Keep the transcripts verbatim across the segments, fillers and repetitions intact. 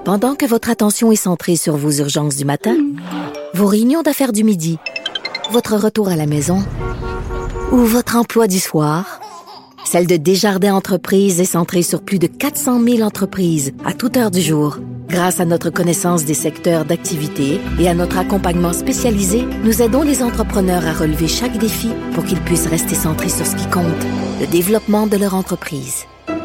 Pendant que votre attention est centrée sur vos urgences du matin, vos réunions d'affaires du midi, votre retour à la maison ou votre emploi du soir, celle de Desjardins Entreprises est centrée sur plus de quatre cent mille entreprises à toute heure du jour. Grâce à notre connaissance des secteurs d'activité et à notre accompagnement spécialisé, nous aidons les entrepreneurs à relever chaque défi pour qu'ils puissent rester centrés sur ce qui compte, le développement de leur entreprise.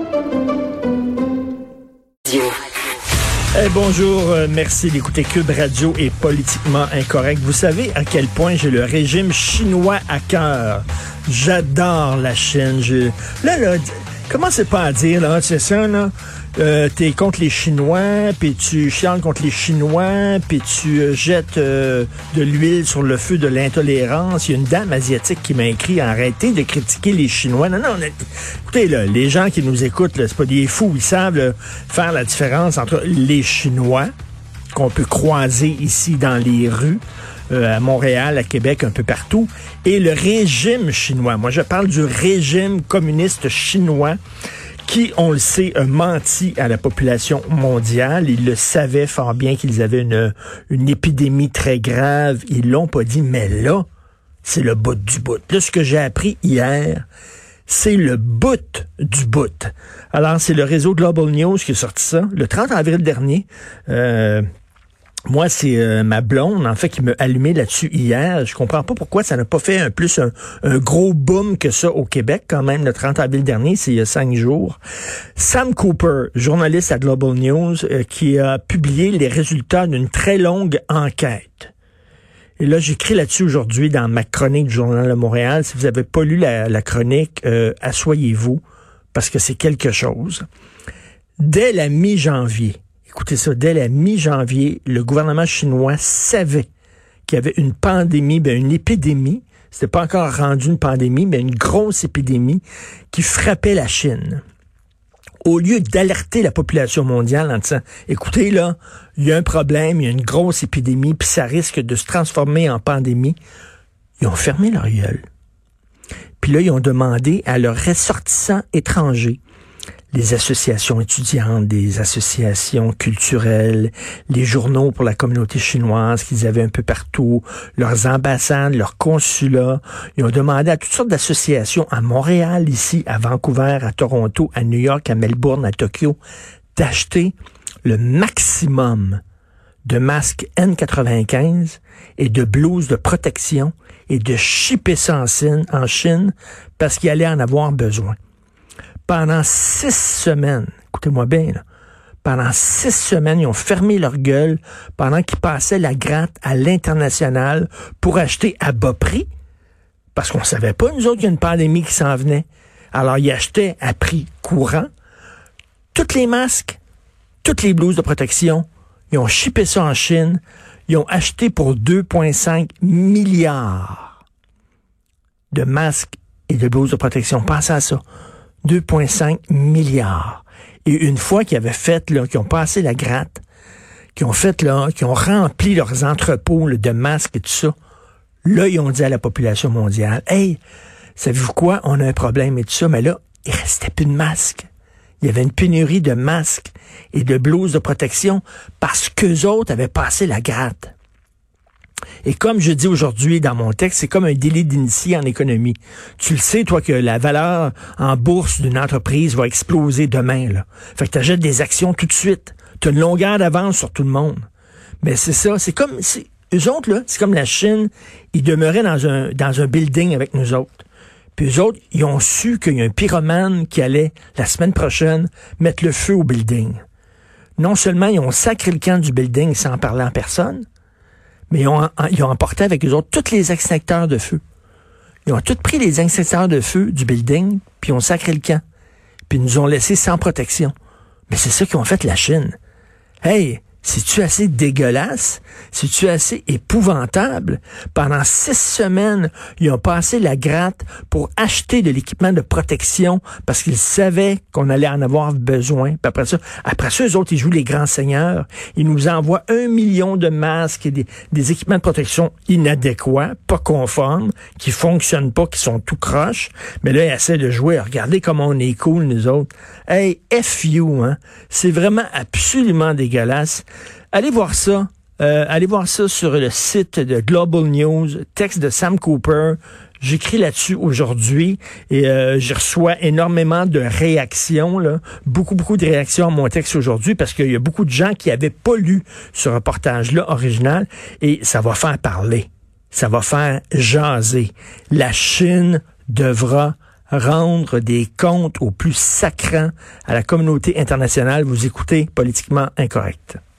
Hey, bonjour, euh, merci d'écouter Cube Radio et Politiquement Incorrect. Vous savez à quel point j'ai le régime chinois à cœur. J'adore la Chine. Je... Là, là, commencez pas à dire, là, c'est ça, là. Euh, t'es contre les Chinois, puis tu chiales contre les Chinois, puis tu euh, jettes euh, de l'huile sur le feu de l'intolérance. Il y a une dame asiatique qui m'a écrit « Arrêtez de critiquer les Chinois ». Non, non, écoutez, là, les gens qui nous écoutent, là, c'est pas des fous, ils savent là, faire la différence entre les Chinois, qu'on peut croiser ici dans les rues, euh, à Montréal, à Québec, un peu partout, et le régime chinois. Moi, je parle du régime communiste chinois, qui, on le sait, a menti à la population mondiale. Ils le savaient fort bien qu'ils avaient une, une épidémie très grave. Ils l'ont pas dit, mais là, c'est le bout du bout. Là, ce que j'ai appris hier, c'est le bout du bout. Alors, c'est le réseau Global News qui a sorti ça le trente avril dernier. Euh, Moi, c'est euh, ma blonde, en fait, qui m'a allumé là-dessus hier. Je comprends pas pourquoi ça n'a pas fait un plus un, un gros boom que ça au Québec, quand même, le trente avril dernier, c'est il y a cinq jours. Sam Cooper, journaliste à Global News, euh, qui a publié les résultats d'une très longue enquête. Et là, j'écris là-dessus aujourd'hui dans ma chronique du Journal de Montréal. Si vous n'avez pas lu la, la chronique, euh, asseyez-vous, parce que c'est quelque chose. Dès la mi-janvier, écoutez ça, dès la mi-janvier, le gouvernement chinois savait qu'il y avait une pandémie, ben une épidémie, c'était pas encore rendu une pandémie, mais une grosse épidémie qui frappait la Chine. Au lieu d'alerter la population mondiale en disant, écoutez là, il y a un problème, il y a une grosse épidémie, puis ça risque de se transformer en pandémie, ils ont fermé leur gueule. Puis là, ils ont demandé à leurs ressortissants étrangers, les associations étudiantes, des associations culturelles, les journaux pour la communauté chinoise qu'ils avaient un peu partout, leurs ambassades, leurs consulats. Ils ont demandé à toutes sortes d'associations à Montréal, ici, à Vancouver, à Toronto, à New York, à Melbourne, à Tokyo, d'acheter le maximum de masques N quatre-vingt-quinze et de blouses de protection et de shipper ça en Chine, en Chine parce qu'il allait en avoir besoin. Pendant six semaines, écoutez-moi bien, là, pendant six semaines, ils ont fermé leur gueule pendant qu'ils passaient la gratte à l'international pour acheter à bas prix, parce qu'on savait pas, nous autres, qu'il y a une pandémie qui s'en venait. Alors, ils achetaient à prix courant tous les masques, toutes les blouses de protection. Ils ont shippé ça en Chine. Ils ont acheté pour deux virgule cinq milliards de masques et de blouses de protection. Pensez à ça. deux virgule cinq milliards. Et une fois qu'ils avaient fait, là, qu'ils ont passé la gratte, qu'ils ont fait, là, qu'ils ont rempli leurs entrepôts là, de masques et tout ça, là, ils ont dit à la population mondiale, hey, savez-vous quoi, on a un problème et tout ça, mais là, il restait plus de masques. Il y avait une pénurie de masques et de blouses de protection parce qu'eux autres avaient passé la gratte. Et comme je dis aujourd'hui dans mon texte, c'est comme un délit d'initié en économie. Tu le sais, toi, que la valeur en bourse d'une entreprise va exploser demain, là. Fait que tu achètes des actions tout de suite. Tu as une longueur d'avance sur tout le monde. Mais c'est ça, c'est comme... C'est, eux autres, là, c'est comme la Chine, ils demeuraient dans un, dans un building avec nous autres. Puis eux autres, ils ont su qu'il y a un pyromane qui allait, la semaine prochaine, mettre le feu au building. Non seulement ils ont sacré le camp du building sans parler en personne, mais ils ont, ils ont emporté avec eux autres tous les extincteurs de feu. Ils ont tous pris les extincteurs de feu du building, puis ils ont sacré le camp. Puis ils nous ont laissés sans protection. Mais c'est ça qu'ils ont fait la Chine. Hey, C'est-tu assez dégueulasse? C'est-tu assez épouvantable? Pendant six semaines, ils ont passé la gratte pour acheter de l'équipement de protection parce qu'ils savaient qu'on allait en avoir besoin. Puis après ça, après ça, eux autres, ils jouent les grands seigneurs. Ils nous envoient un million de masques et des, des équipements de protection inadéquats, pas conformes, qui fonctionnent pas, qui sont tout croches. Mais là, ils essaient de jouer. Regardez comment on est cool, nous autres. Hey, F you, hein? C'est vraiment absolument dégueulasse. Allez voir ça. Euh, allez voir ça sur le site de Global News, texte de Sam Cooper. J'écris là-dessus aujourd'hui et euh, je reçois énormément de réactions, là. Beaucoup, beaucoup de réactions à mon texte aujourd'hui parce qu'il y a beaucoup de gens qui n'avaient pas lu ce reportage-là original et ça va faire parler. Ça va faire jaser. La Chine devra rendre des comptes aux plus sacrants à la communauté internationale. Vous écoutez Politiquement Incorrect.